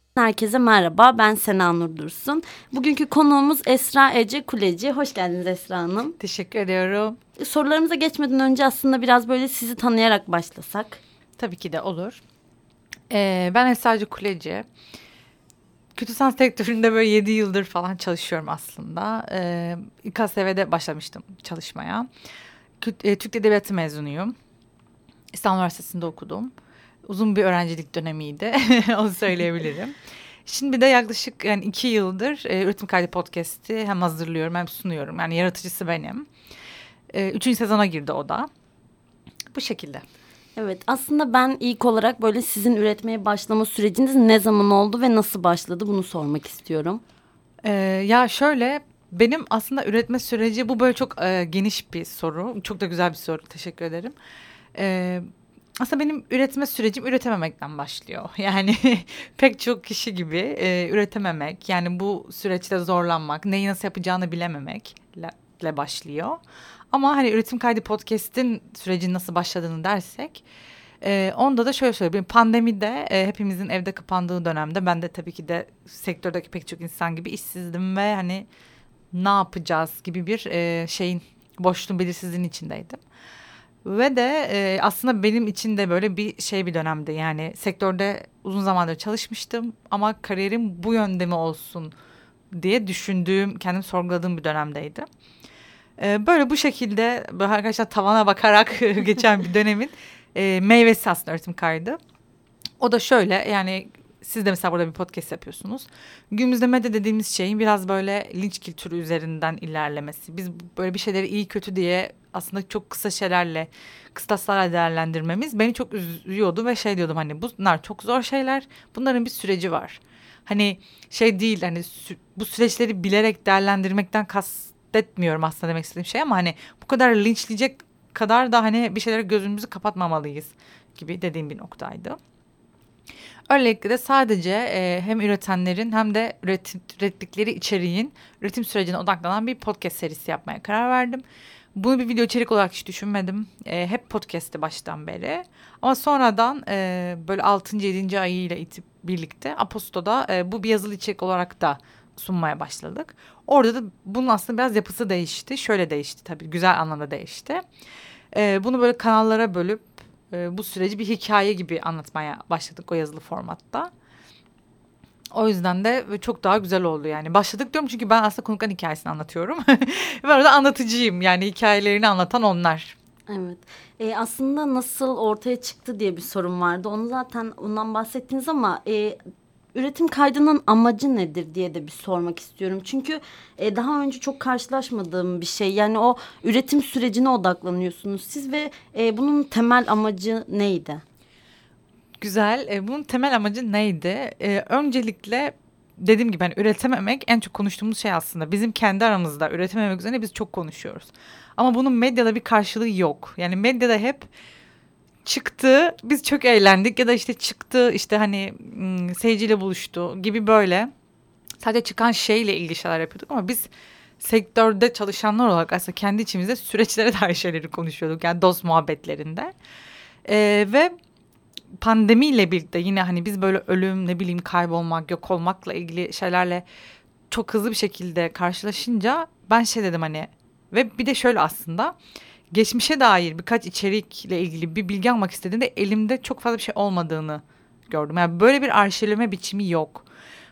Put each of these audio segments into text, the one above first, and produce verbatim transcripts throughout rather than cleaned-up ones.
Herkese merhaba, ben Sena Nur Dursun. Bugünkü konuğumuz Esra Ece Kuleci. Hoş geldiniz Esra Hanım. Teşekkür ediyorum. Sorularımıza geçmeden önce aslında biraz böyle sizi tanıyarak başlasak. Tabii ki de olur. Ee, ben Esra Ece Kuleci. Kötü sanat sektöründe böyle yedi yıldır falan çalışıyorum aslında. Ee, İ K S V'de başlamıştım çalışmaya. Kü- e, Türk Edebiyatı mezunuyum. İstanbul Üniversitesi'nde okudum. Uzun bir öğrencilik dönemiydi. Onu söyleyebilirim. Şimdi de yaklaşık yani iki yıldır e, Üretim Kaydı Podcast'i hem hazırlıyorum hem sunuyorum. Yani yaratıcısı benim. E, üçüncü sezona girdi o da. Bu şekilde. Evet, aslında ben ilk olarak böyle sizin üretmeye başlama süreciniz ne zaman oldu ve nasıl başladı bunu sormak istiyorum. Ee, ya şöyle benim aslında üretme süreci bu böyle çok e, geniş bir soru. Çok da güzel bir soru. Teşekkür ederim. Ee, aslında benim üretme sürecim üretememekten başlıyor. Yani pek çok kişi gibi e, üretememek. Yani bu süreçte zorlanmak, neyi nasıl yapacağını bilememekle başlıyor. Ama hani Üretim Kaydı Podcast'in sürecinin nasıl başladığını dersek... Ee, onda da şöyle söyleyeyim. Pandemide e, hepimizin evde kapandığı dönemde ben de tabii ki de sektördeki pek çok insan gibi işsizdim ve hani ne yapacağız gibi bir e, şeyin boşluğun belirsizliğin içindeydim. Ve de e, aslında benim için de böyle bir şey bir dönemdi. Yani sektörde uzun zamandır çalışmıştım ama kariyerim bu yönde mi olsun diye düşündüğüm, kendim sorguladığım bir dönemdeydi. E, böyle bu şekilde böyle arkadaşlar tavana bakarak geçen bir dönemin e, meyvesi aslında Üretim Kaydı. O da şöyle yani siz de mesela burada bir podcast yapıyorsunuz. Günümüzde medya dediğimiz şeyin biraz böyle linç kültürü üzerinden ilerlemesi. Biz böyle bir şeyleri iyi kötü diye aslında çok kısa şeylerle, kıstaslarla değerlendirmemiz beni çok üzüyordu ve şey diyordum hani bunlar çok zor şeyler. Bunların bir süreci var. Hani şey değil hani sü- bu süreçleri bilerek değerlendirmekten kastetmiyorum aslında demek istediğim şey ama hani bu kadar linçleyecek kadar da hani bir şeylere gözümüzü kapatmamalıyız gibi dediğim bir noktaydı. Öylelikle de sadece e, hem üretenlerin hem de üretim, ürettikleri içeriğin üretim sürecine odaklanan bir podcast serisi yapmaya karar verdim. Bunu bir video içerik olarak hiç düşünmedim. E, hep podcast'te baştan beri. Ama sonradan e, böyle altıncı yedinci ayıyla itip birlikte Aposto'da e, bu bir yazılı içerik olarak da sunmaya başladık. Orada da bunun aslında biraz yapısı değişti. Şöyle değişti tabii güzel anlamda değişti. E, bunu böyle kanallara bölüp e, bu süreci bir hikaye gibi anlatmaya başladık o yazılı formatta. O yüzden de çok daha güzel oldu yani. Başladık diyorum çünkü ben aslında konukların hikayesini anlatıyorum. Ve orada anlatıcıyım yani hikayelerini anlatan onlar. Evet, e, aslında nasıl ortaya çıktı diye bir sorum vardı. Onu zaten ondan bahsettiniz ama e, üretim kaydının amacı nedir diye de bir sormak istiyorum. Çünkü e, daha önce çok karşılaşmadığım bir şey. Yani o üretim sürecine odaklanıyorsunuz siz ve e, bunun temel amacı neydi? Güzel. E, bunun temel amacı neydi? E, öncelikle dediğim gibi hani üretememek en çok konuştuğumuz şey aslında. Bizim kendi aramızda üretememek üzerine biz çok konuşuyoruz. Ama bunun medyada bir karşılığı yok. Yani medyada hep çıktı, biz çok eğlendik ya da işte çıktı işte hani m, seyirciyle buluştu gibi böyle sadece çıkan şeyle ilgili şeyler yapıyorduk ama biz sektörde çalışanlar olarak aslında kendi içimizde süreçlere dair şeyleri konuşuyorduk. Yani dost muhabbetlerinde. Ee, ve pandemiyle birlikte yine hani biz böyle ölüm ne bileyim kaybolmak yok olmakla ilgili şeylerle çok hızlı bir şekilde karşılaşınca ben şey dedim hani ve bir de şöyle aslında geçmişe dair birkaç içerikle ilgili bir bilgi almak istediğimde elimde çok fazla bir şey olmadığını gördüm. Yani böyle bir arşivleme biçimi yok.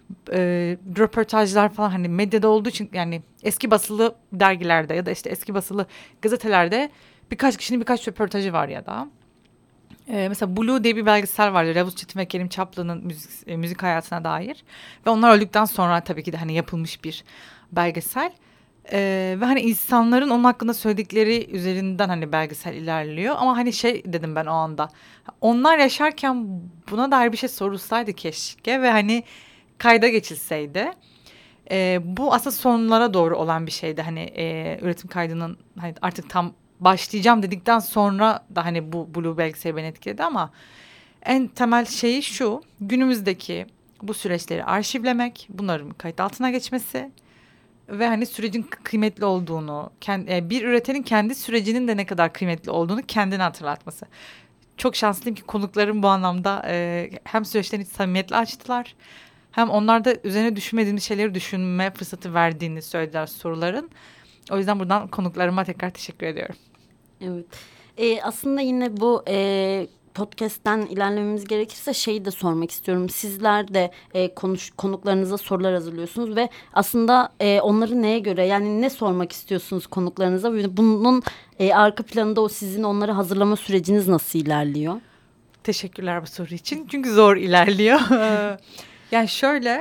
Ee, röportajlar falan hani medyada olduğu için yani eski basılı dergilerde ya da işte eski basılı gazetelerde birkaç kişinin birkaç röportajı var ya da. Ee, mesela Blue diye bir belgesel vardı. Yavuz Çetin ve Kerim Çaplı'nın müzik, e, müzik hayatına dair. Ve onlar öldükten sonra tabii ki de hani yapılmış bir belgesel. Ee, ve hani insanların onun hakkında söyledikleri üzerinden hani belgesel ilerliyor. Ama hani şey dedim ben o anda. Onlar yaşarken buna dair bir şey sorulsaydı keşke ve hani kayda geçilseydi. Ee, bu aslında sonlara doğru olan bir şeydi. Hani e, üretim kaydının hani artık tam başlayacağım dedikten sonra da hani bu Blue belgeseli beni etkiledi ama en temel şeyi şu: günümüzdeki bu süreçleri arşivlemek, bunların kayıt altına geçmesi ve hani sürecin kıymetli olduğunu, kend, bir üretenin kendi sürecinin de ne kadar kıymetli olduğunu kendine hatırlatması. Çok şanslıyım ki konuklarım bu anlamda e, hem süreçlerini hiç samimiyetle açtılar Hem onlar da üzerine düşünmediğimiz şeyleri düşünme fırsatı verdiğini söylediler soruların. O yüzden buradan konuklarıma tekrar teşekkür ediyorum. Evet. Ee, aslında yine bu e, podcast'ten ilerlememiz gerekirse şeyi de sormak istiyorum. Sizler de e, konuş, konuklarınıza sorular hazırlıyorsunuz ve aslında e, onları neye göre, yani ne sormak istiyorsunuz konuklarınıza? Bunun e, arka planında o sizin onları hazırlama süreciniz nasıl ilerliyor? Teşekkürler bu soru için. Çünkü zor ilerliyor. Yani şöyle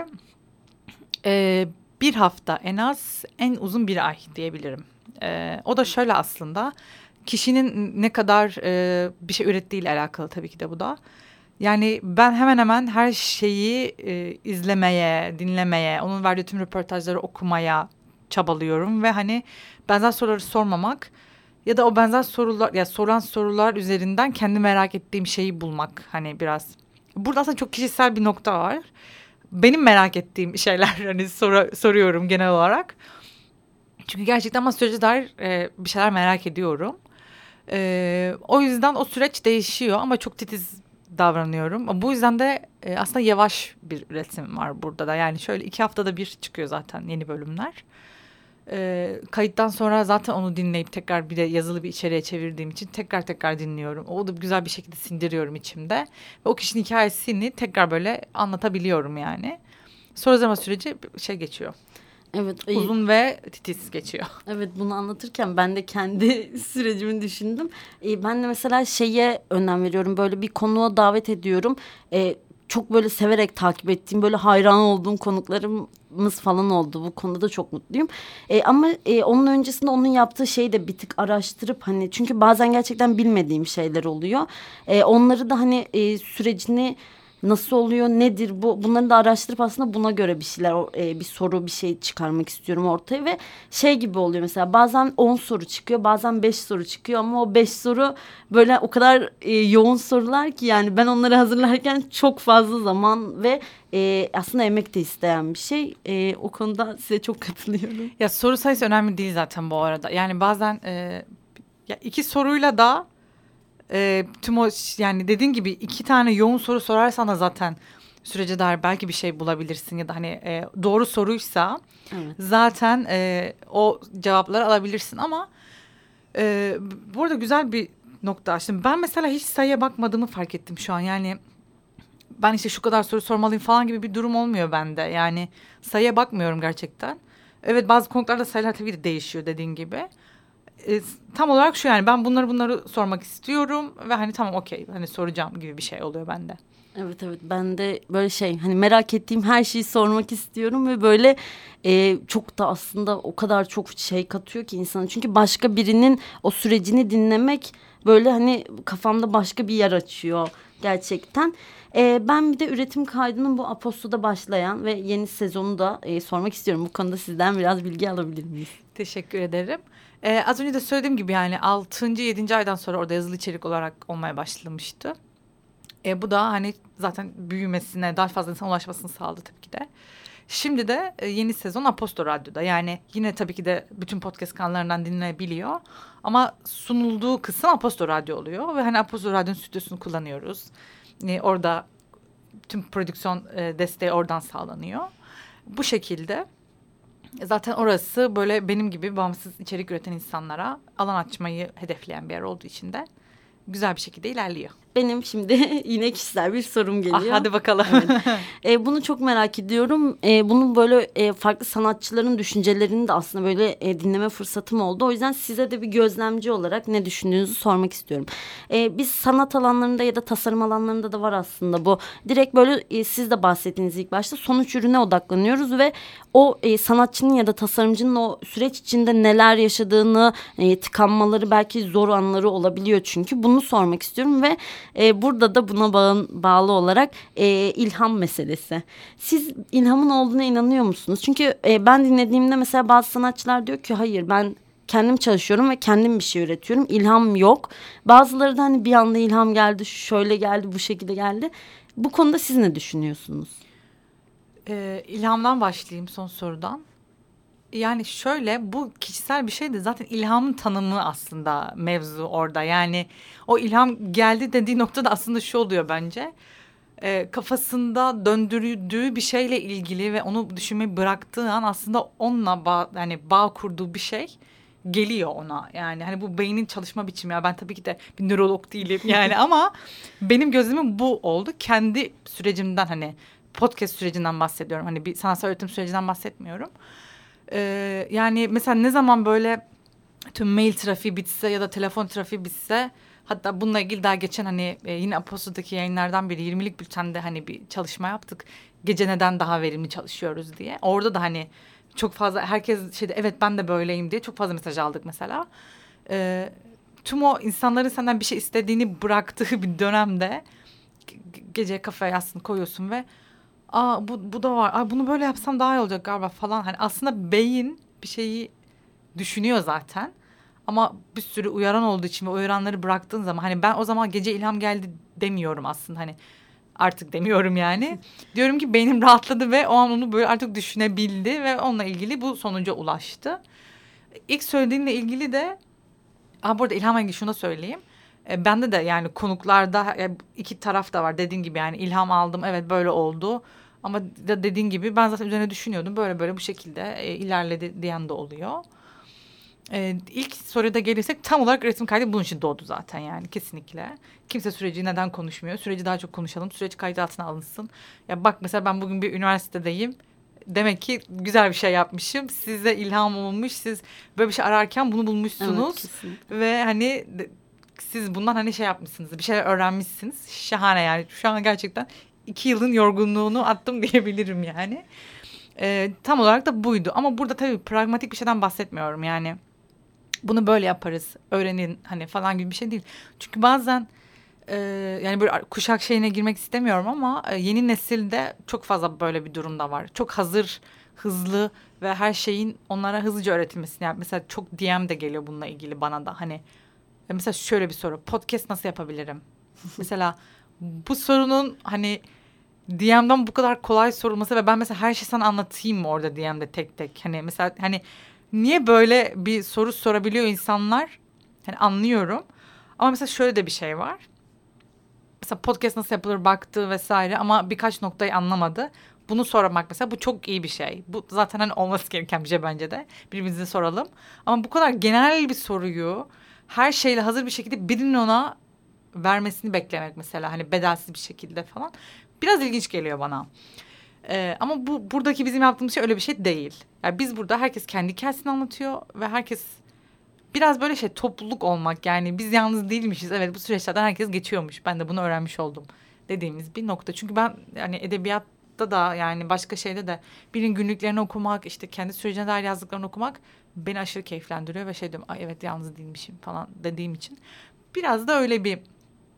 e, bir hafta en az, en uzun bir ay diyebilirim. E, o da şöyle aslında. Kişinin ne kadar e, bir şey ürettiğiyle alakalı tabii ki de bu da. Yani ben hemen hemen her şeyi e, izlemeye, dinlemeye, onun verdiği tüm röportajları okumaya çabalıyorum. Ve hani benzer soruları sormamak ya da o benzer sorular, ya soran sorular üzerinden kendi merak ettiğim şeyi bulmak. Hani biraz burada aslında çok kişisel bir nokta var. Benim merak ettiğim şeyler hani sor, soruyorum genel olarak. Çünkü gerçekten ama sürece dair e, bir şeyler merak ediyorum. Ee, o yüzden o süreç değişiyor ama çok titiz davranıyorum. Bu yüzden de e, aslında yavaş bir üretim var burada da. Yani şöyle iki haftada bir çıkıyor zaten yeni bölümler. Ee, kayıttan sonra zaten onu dinleyip tekrar bir de yazılı bir içeriğe çevirdiğim için tekrar tekrar dinliyorum. O da güzel bir şekilde sindiriyorum içimde. Ve o kişinin hikayesini tekrar böyle anlatabiliyorum yani. Sonra süreci şey geçiyor. Evet. Uzun ve titiz geçiyor. Evet, bunu anlatırken ben de kendi sürecimi düşündüm. Ee, ben de mesela şeye önem veriyorum. Böyle bir konuğa davet ediyorum. Ee, çok böyle severek takip ettiğim, böyle hayran olduğum konuklarımız falan oldu. Bu konuda da çok mutluyum. Ee, ama e, onun öncesinde onun yaptığı şeyi de bir tık araştırıp hani, çünkü bazen gerçekten bilmediğim şeyler oluyor. Ee, onları da hani e, sürecini nasıl oluyor, nedir bu? Bunları da araştırıp aslında buna göre bir şeyler, e, bir soru, bir şey çıkarmak istiyorum ortaya ve şey gibi oluyor mesela, bazen on soru çıkıyor, bazen beş soru çıkıyor ama o beş soru böyle o kadar e, yoğun sorular ki yani ben onları hazırlarken çok fazla zaman ve e, aslında emek de isteyen bir şey. E, o konuda size çok katılıyorum. Ya soru sayısı önemli değil zaten bu arada. Yani bazen e, ya iki soruyla da E, tüm o yani dediğin gibi iki tane yoğun soru sorarsan da zaten sürece dair belki bir şey bulabilirsin ya da hani e, doğru soruysa Evet. zaten e, o cevapları alabilirsin ama e, burada güzel bir nokta. Şimdi ben mesela hiç sayıya bakmadığımı fark ettim şu an. Yani ben işte şu kadar soru sormalıyım falan gibi bir durum olmuyor bende. Yani sayıya bakmıyorum gerçekten. Evet, bazı konuklarda sayılar tabii de değişiyor dediğin gibi. E, tam olarak şu, yani ben bunları bunları sormak istiyorum ve hani tamam okey hani soracağım gibi bir şey oluyor bende. Evet evet, ben de böyle şey, hani merak ettiğim her şeyi sormak istiyorum ve böyle e, çok da aslında o kadar çok şey katıyor ki insana. Çünkü başka birinin o sürecini dinlemek böyle hani kafamda başka bir yer açıyor gerçekten. E, ben bir de üretim kaydının bu Aposto'da başlayan ve yeni sezonu da e, sormak istiyorum. Bu konuda sizden biraz bilgi alabilir miyiz? Teşekkür ederim. Ee, az önce de söylediğim gibi yani altıncı yedinci aydan sonra orada yazılı içerik olarak olmaya başlamıştı. E, bu da hani zaten büyümesine, daha fazla insana ulaşmasını sağladı tabii ki de. Şimdi de e, yeni sezon Aposto Radyo'da. Yani yine tabii ki de bütün podcast kanallarından dinlenebiliyor. Ama sunulduğu kısım Aposto Radyo oluyor. Ve hani Aposto Radyo'nun stüdyosunu kullanıyoruz. E, orada tüm prodüksiyon e, desteği oradan sağlanıyor. Bu şekilde zaten orası böyle benim gibi bağımsız içerik üreten insanlara alan açmayı hedefleyen bir yer olduğu için de güzel bir şekilde ilerliyor. Benim şimdi yine kişisel bir sorum geliyor. Ah, hadi bakalım. Evet. E, bunu çok merak ediyorum. E, bunun böyle e, farklı sanatçıların düşüncelerini de aslında böyle e, dinleme fırsatım oldu. O yüzden size de bir gözlemci olarak ne düşündüğünüzü sormak istiyorum. E, biz sanat alanlarında ya da tasarım alanlarında da var aslında bu. Direkt böyle e, siz de bahsettiğiniz ilk başta sonuç ürüne odaklanıyoruz ve o e, sanatçının ya da tasarımcının o süreç içinde neler yaşadığını, e, tıkanmaları, belki zor anları olabiliyor çünkü. Bunu sormak istiyorum ve e, burada da buna bağın, bağlı olarak e, ilham meselesi. Siz ilhamın olduğuna inanıyor musunuz? Çünkü e, ben dinlediğimde mesela bazı sanatçılar diyor ki hayır, ben kendim çalışıyorum ve kendim bir şey üretiyorum. İlham yok. Bazıları da hani bir anda ilham geldi, şöyle geldi, bu şekilde geldi. Bu konuda siz ne düşünüyorsunuz? Ee, ilhamdan başlayayım, son sorudan. Yani şöyle, bu kişisel bir şey de zaten ilhamın tanımı aslında mevzu orada. Yani o ilham geldi dediği noktada aslında şu oluyor bence. e, kafasında döndürdüğü bir şeyle ilgili ve onu düşünmeyi bıraktığı an aslında onunla bağ, yani bağ kurduğu bir şey geliyor ona. Yani hani bu beynin çalışma biçimi ya, ben tabii ki de bir nörolog değilim yani ama benim gözlemim bu oldu. Kendi sürecimden, hani podcast sürecinden bahsediyorum. Hani bir sanatsal üretim sürecinden bahsetmiyorum. Ee, yani mesela ne zaman böyle tüm mail trafiği bitse ya da telefon trafiği bitse, hatta bununla ilgili daha geçen hani e, yine Aposto'daki yayınlardan biri yirmilik bültende hani bir çalışma yaptık. Gece neden daha verimli çalışıyoruz diye. Orada da hani çok fazla herkes şeyde evet ben de böyleyim diye çok fazla mesaj aldık mesela. Ee, tüm o insanların senden bir şey istediğini bıraktığı bir dönemde ge- gece kafaya yastığını koyuyorsun ve aa bu, bu da var. Aa, bunu böyle yapsam daha iyi olacak galiba falan. Hani aslında beyin bir şeyi düşünüyor zaten. Ama bir sürü uyaran olduğu için ve uyaranları bıraktığın zaman hani ben o zaman gece ilham geldi demiyorum aslında, hani artık demiyorum yani. Diyorum ki beynim rahatladı ve o an onu böyle artık düşünebildi ve onunla ilgili bu sonuca ulaştı. İlk söylediğinle ilgili de ha, burada ilhamla ilgili şunu da söyleyeyim. E, bende de yani konuklarda e, iki taraf da var dediğin gibi, yani ilham aldım evet böyle oldu. Ama da dediğin gibi ben zaten üzerine düşünüyordum, böyle böyle bu şekilde e, ilerledi diyen de oluyor. Ee, ilk soruya da gelirsek tam olarak üretim kaydı bunun için doğdu zaten yani kesinlikle. Kimse süreci neden konuşmuyor? Süreci daha çok konuşalım. Süreç kayıt altına alınsın. Ya bak mesela ben bugün bir üniversitedeyim. Demek ki güzel bir şey yapmışım. Size ilham olmuş. Siz böyle bir şey ararken bunu bulmuşsunuz. Evet, ve hani de, siz bundan hani şey yapmışsınız. Bir şeyler öğrenmişsiniz. Şahane yani. Şu an gerçekten iki yılın yorgunluğunu attım diyebilirim yani. Ee, tam olarak da buydu. Ama burada tabii pragmatik bir şeyden bahsetmiyorum yani. Bunu böyle yaparız, öğrenin hani falan gibi bir şey değil. Çünkü bazen e, yani böyle kuşak şeyine girmek istemiyorum ama e, yeni nesilde çok fazla böyle bir durumda var. Çok hazır, hızlı ve her şeyin onlara hızlıca öğretilmesini. Yani mesela çok D M de geliyor bununla ilgili bana da. Hani e, mesela şöyle bir soru: podcast nasıl yapabilirim? Mesela bu sorunun hani D M'den bu kadar kolay sorulması ve ben mesela her şeyi sana anlatayım mı orada D M'de tek tek? Hani mesela hani niye böyle bir soru sorabiliyor insanlar? Hani anlıyorum. Ama mesela şöyle de bir şey var. Mesela podcast nasıl yapılır baktı vesaire ama birkaç noktayı anlamadı. Bunu sormak mesela, bu çok iyi bir şey. Bu zaten hani olması gereken bir şey bence de. Birbirimize soralım. Ama bu kadar genel bir soruyu her şeyle hazır bir şekilde birinin ona vermesini beklemek mesela, hani bedelsiz bir şekilde falan biraz ilginç geliyor bana. Ee, ama bu buradaki bizim yaptığımız şey öyle bir şey değil. Yani biz burada herkes kendi hikayesini anlatıyor ve herkes biraz böyle şey, topluluk olmak, yani biz yalnız değilmişiz. Evet, bu süreçlerden herkes geçiyormuş. Ben de bunu öğrenmiş oldum dediğimiz bir nokta. Çünkü ben yani edebiyatta da yani başka şeyde de birinin günlüklerini okumak, işte kendi sürecine dair yazdıklarını okumak beni aşırı keyiflendiriyor ve şey diyorum, ay evet yalnız değilmişim falan dediğim için. Biraz da öyle bir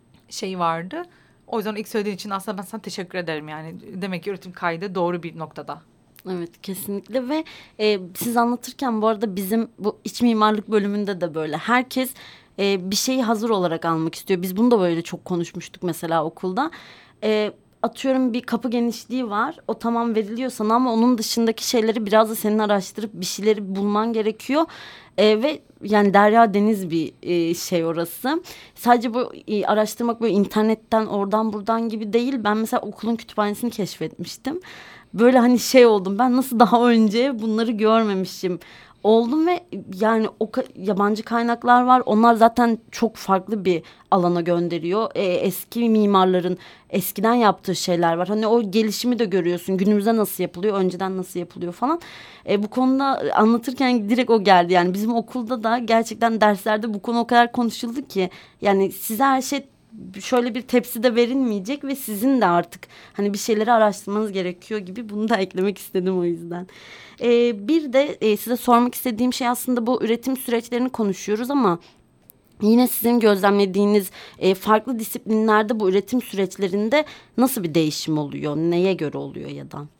şey vardı. O yüzden ilk söylediğin için aslında ben sana teşekkür ederim yani. Demek ki üretim kaydı doğru bir noktada. Evet, kesinlikle. Ve e, siz anlatırken bu arada bizim bu iç mimarlık bölümünde de böyle herkes e, bir şeyi hazır olarak almak istiyor. Biz bunu da böyle çok konuşmuştuk mesela okulda. E, Atıyorum bir kapı genişliği var, o tamam veriliyor sana ama onun dışındaki şeyleri biraz da senin araştırıp bir şeyleri bulman gerekiyor. E, ve yani derya deniz bir e, şey orası. Sadece bu e, araştırmak böyle internetten oradan buradan gibi değil. Ben mesela okulun kütüphanesini keşfetmiştim. Böyle hani şey oldum, ben nasıl daha önce bunları görmemişim oldum. Ve yani o ka- yabancı kaynaklar var, onlar zaten çok farklı bir alana gönderiyor. E, eski mimarların eskiden yaptığı şeyler var, hani o gelişimi de görüyorsun, günümüzde nasıl yapılıyor, önceden nasıl yapılıyor falan. E, bu konuda anlatırken direkt o geldi. Yani bizim okulda da gerçekten derslerde bu konu o kadar konuşuldu ki, yani size her şey şöyle bir tepside verilmeyecek ve sizin de artık hani bir şeyleri araştırmanız gerekiyor gibi, bunu da eklemek istedim o yüzden. Ee, bir de e, size sormak istediğim şey, aslında bu üretim süreçlerini konuşuyoruz ama yine sizin gözlemlediğiniz e, farklı disiplinlerde bu üretim süreçlerinde nasıl bir değişim oluyor? Neye göre oluyor ya da?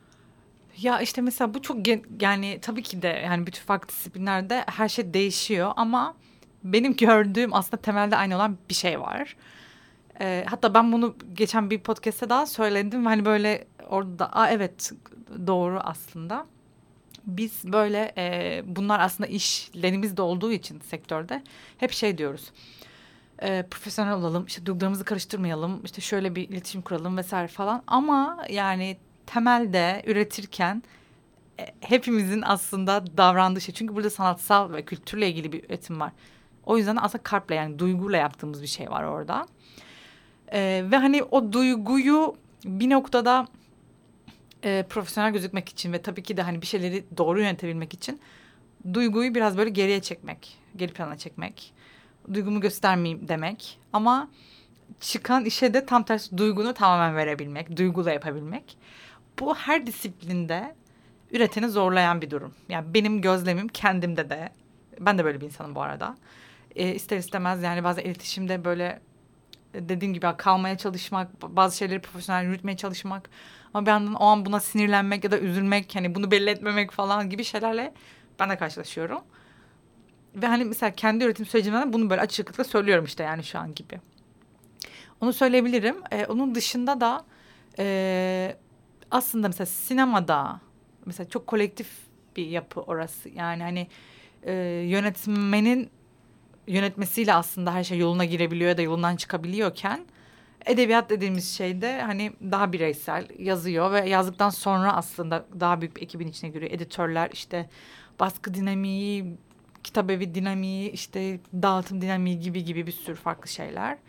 Ya işte mesela bu çok gen- yani tabii ki de yani bütün farklı disiplinlerde her şey değişiyor ama benim gördüğüm aslında temelde aynı olan bir şey var. Ee, hatta ben bunu geçen bir podcast'te daha söyledim ve hani böyle orada aa evet doğru aslında. Biz böyle e, bunlar aslında işlerimiz de olduğu için sektörde hep şey diyoruz. e, profesyonel olalım, işte duygularımızı karıştırmayalım, işte şöyle bir iletişim kuralım vesaire falan. Ama yani temelde üretirken e, hepimizin aslında davrandığı şey. Çünkü burada sanatsal ve kültürle ilgili bir üretim var. O yüzden aslında kalple, yani duyguyla yaptığımız bir şey var orada. E, ve hani o duyguyu bir noktada e, profesyonel gözükmek için ve tabii ki de hani bir şeyleri doğru yönetebilmek için duyguyu biraz böyle geriye çekmek, geri plana çekmek. Duygumu göstermeyeyim demek. Ama çıkan işe de tam tersi duygunu tamamen verebilmek, duyguyla yapabilmek. Bu her disiplinde üreteni zorlayan bir durum. Yani benim gözlemim kendimde de. Ben de böyle bir insanım bu arada. E, ister istemez yani bazen iletişimde böyle dediğim gibi kalmaya çalışmak, bazı şeyleri profesyonel yürütmeye çalışmak. Ama bir yandan o an buna sinirlenmek ya da üzülmek, hani bunu belli etmemek falan gibi şeylerle ben de karşılaşıyorum. Ve hani mesela kendi üretim sürecimden bunu böyle açıklıkla söylüyorum işte yani şu an gibi. Onu söyleyebilirim. Ee, onun dışında da e, aslında mesela sinemada mesela çok kolektif bir yapı orası. Yani hani e, yönetmenin yönetmesiyle aslında her şey yoluna girebiliyor ya da yolundan çıkabiliyorken edebiyat dediğimiz şey de hani daha bireysel yazıyor ve yazdıktan sonra aslında daha büyük bir ekibin içine giriyor. Editörler, işte baskı dinamiği, kitabevi dinamiği, işte dağıtım dinamiği gibi gibi bir sürü farklı şeyler.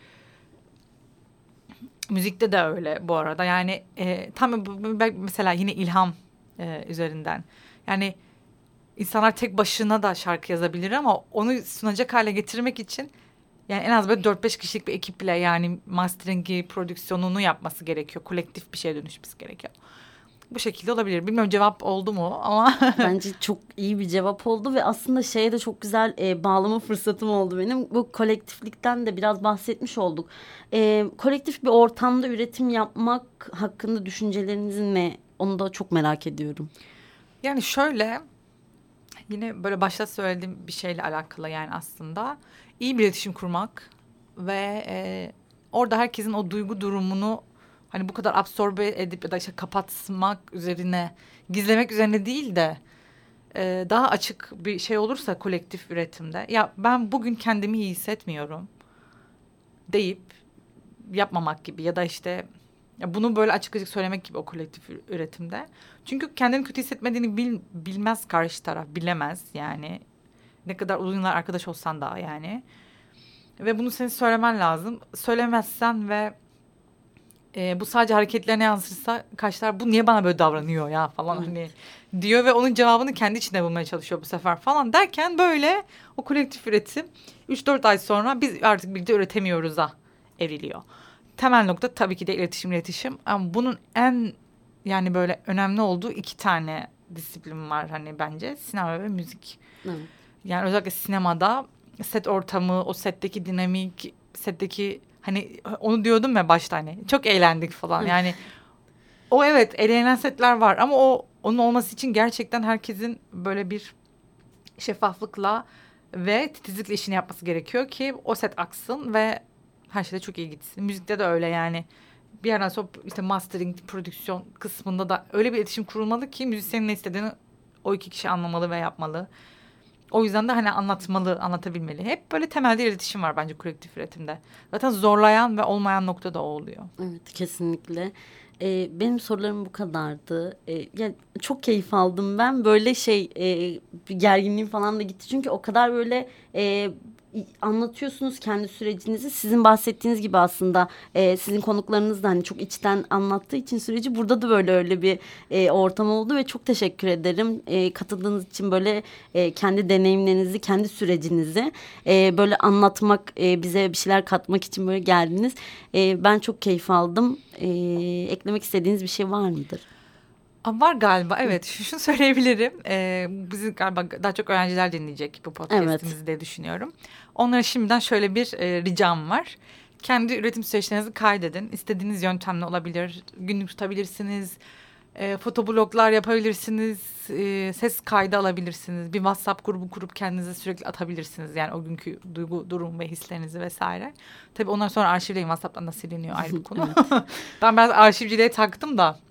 Müzikte de öyle bu arada. Yani e, tam mesela yine ilham e, üzerinden. Yani insanlar tek başına da şarkı yazabilir ama onu sunacak hale getirmek için yani en az böyle dört beş kişilik bir ekiple yani masteringi, prodüksiyonunu yapması gerekiyor. Kolektif bir şeye dönüşmesi gerekiyor. Bu şekilde olabilir. Bilmiyorum cevap oldu mu ama. Bence çok iyi bir cevap oldu ve aslında şeye de çok güzel e, bağlama fırsatım oldu benim. Bu kolektiflikten de biraz bahsetmiş olduk. E, kolektif bir ortamda üretim yapmak hakkında düşüncelerinizin ne? Onu da çok merak ediyorum. Yani şöyle, yine böyle başta söylediğim bir şeyle alakalı yani aslında iyi bir iletişim kurmak ve e, orada herkesin o duygu durumunu hani bu kadar absorbe edip ya da işte kapatmak üzerine, gizlemek üzerine değil de e, daha açık bir şey olursa kolektif üretimde, ya ben bugün kendimi iyi hissetmiyorum deyip yapmamak gibi ya da işte ya bunu böyle açık açık söylemek gibi o kolektif üretimde. Çünkü kendini kötü hissetmediğini bil, bilmez karşı taraf, bilemez yani. Ne kadar uzun yıllar arkadaş olsan da yani. Ve bunu senin söylemen lazım. Söylemezsen ve e, bu sadece hareketlerine yansırsa karşı taraf bu niye bana böyle davranıyor ya falan Evet. hani diyor ve onun cevabını kendi içinde bulmaya çalışıyor bu sefer falan derken böyle o kolektif üretim üç dört ay sonra biz artık birlikte üretemiyoruz ha evriliyor. Temel nokta tabii ki de iletişim iletişim ama bunun en yani böyle önemli olduğu iki tane disiplin var hani bence, sinema ve müzik. Evet. Yani özellikle sinemada set ortamı, o setteki dinamik, setteki hani onu diyordum ya başta hani çok eğlendik falan yani o evet eğlenen setler var ama o onun olması için gerçekten herkesin böyle bir şeffaflıkla ve titizlikle işini yapması gerekiyor ki o set aksın ve her şeyde çok iyi gitsin. Müzikte de öyle yani. Bir yerden sonra işte mastering, prodüksiyon kısmında da öyle bir iletişim kurulmalı ki müzisyenin ne istediğini o iki kişi anlamalı ve yapmalı. O yüzden de hani anlatmalı, anlatabilmeli. Hep böyle temelde iletişim var bence kolektif üretimde. Zaten zorlayan ve olmayan nokta da o oluyor. Evet, kesinlikle. Ee, benim sorularım bu kadardı. Ee, ya çok keyif aldım ben. Böyle şey e, bir gerginliğim falan da gitti. Çünkü o kadar böyle e, anlatıyorsunuz kendi sürecinizi. Sizin bahsettiğiniz gibi aslında e, sizin konuklarınız da hani çok içten anlattığı için süreci burada da böyle öyle bir e, ortam oldu ve çok teşekkür ederim. E, katıldığınız için böyle e, kendi deneyimlerinizi, kendi sürecinizi e, böyle anlatmak, e, bize bir şeyler katmak için böyle geldiniz. E, ben çok keyif aldım. E, eklemek istediğiniz bir şey var mıdır? Aa, var galiba evet şunu söyleyebilirim. Ee, bizi galiba daha çok öğrenciler dinleyecek bu podcastimizi Evet. diye düşünüyorum. Onlara şimdiden şöyle bir e, ricam var. Kendi üretim süreçlerinizi kaydedin. İstediğiniz yöntemle olabilir. Günlük tutabilirsiniz. E, fotobloglar yapabilirsiniz. E, ses kaydı alabilirsiniz. Bir WhatsApp grubu kurup kendinize sürekli atabilirsiniz. Yani o günkü duygu, durum ve hislerinizi vesaire. Tabii ondan sonra arşivleyin. WhatsApp'tan da siliniyor ayrı bir konu. Ben biraz arşivciliğe taktım da.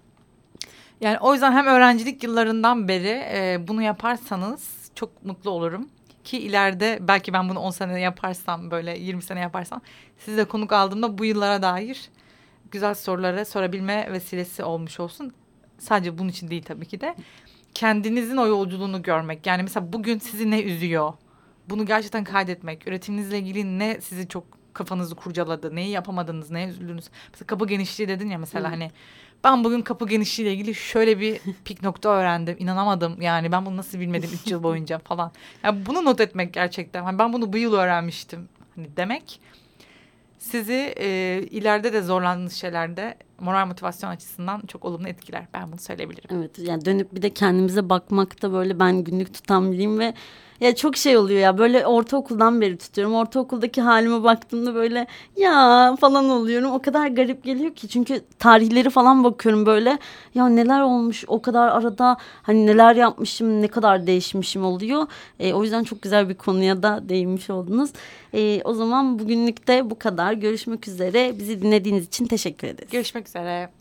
Yani o yüzden hem öğrencilik yıllarından beri e, bunu yaparsanız çok mutlu olurum. ki ileride belki ben bunu on sene yaparsam, böyle yirmi sene yaparsam, sizi de konuk aldığımda bu yıllara dair güzel soruları sorabilme vesilesi olmuş olsun. Sadece bunun için değil tabii ki de. Kendinizin o yolculuğunu görmek. Yani mesela bugün sizi ne üzüyor? Bunu gerçekten kaydetmek. Üretimizle ilgili ne sizi çok kafanızı kurcaladı? Neyi yapamadınız? Neye üzüldünüz? Mesela kapı genişliği dedin ya mesela, hani ben bugün kapı genişliğiyle ilgili şöyle bir pik nokta öğrendim. İnanamadım. Yani ben bunu nasıl bilmedim üç yıl boyunca falan. Yani bunu not etmek gerçekten. Hani ben bunu bu yıl öğrenmiştim. Hani demek sizi e, ileride de zorlandığınız şeylerde moral motivasyon açısından çok olumlu etkiler. Ben bunu söyleyebilirim. Evet, yani dönüp bir de kendimize bakmakta böyle ben günlük tutan biriyim ve ya çok şey oluyor ya, böyle ortaokuldan beri tutuyorum. Ortaokuldaki halime baktığımda böyle ya falan oluyorum. O kadar garip geliyor ki, çünkü tarihleri falan bakıyorum böyle, ya neler olmuş o kadar arada, hani neler yapmışım, ne kadar değişmişim oluyor. E, o yüzden çok güzel bir konuya da değinmiş oldunuz. E, o zaman bugünlük de bu kadar. Görüşmek üzere. Bizi dinlediğiniz için teşekkür ederiz. Görüşmek üzere.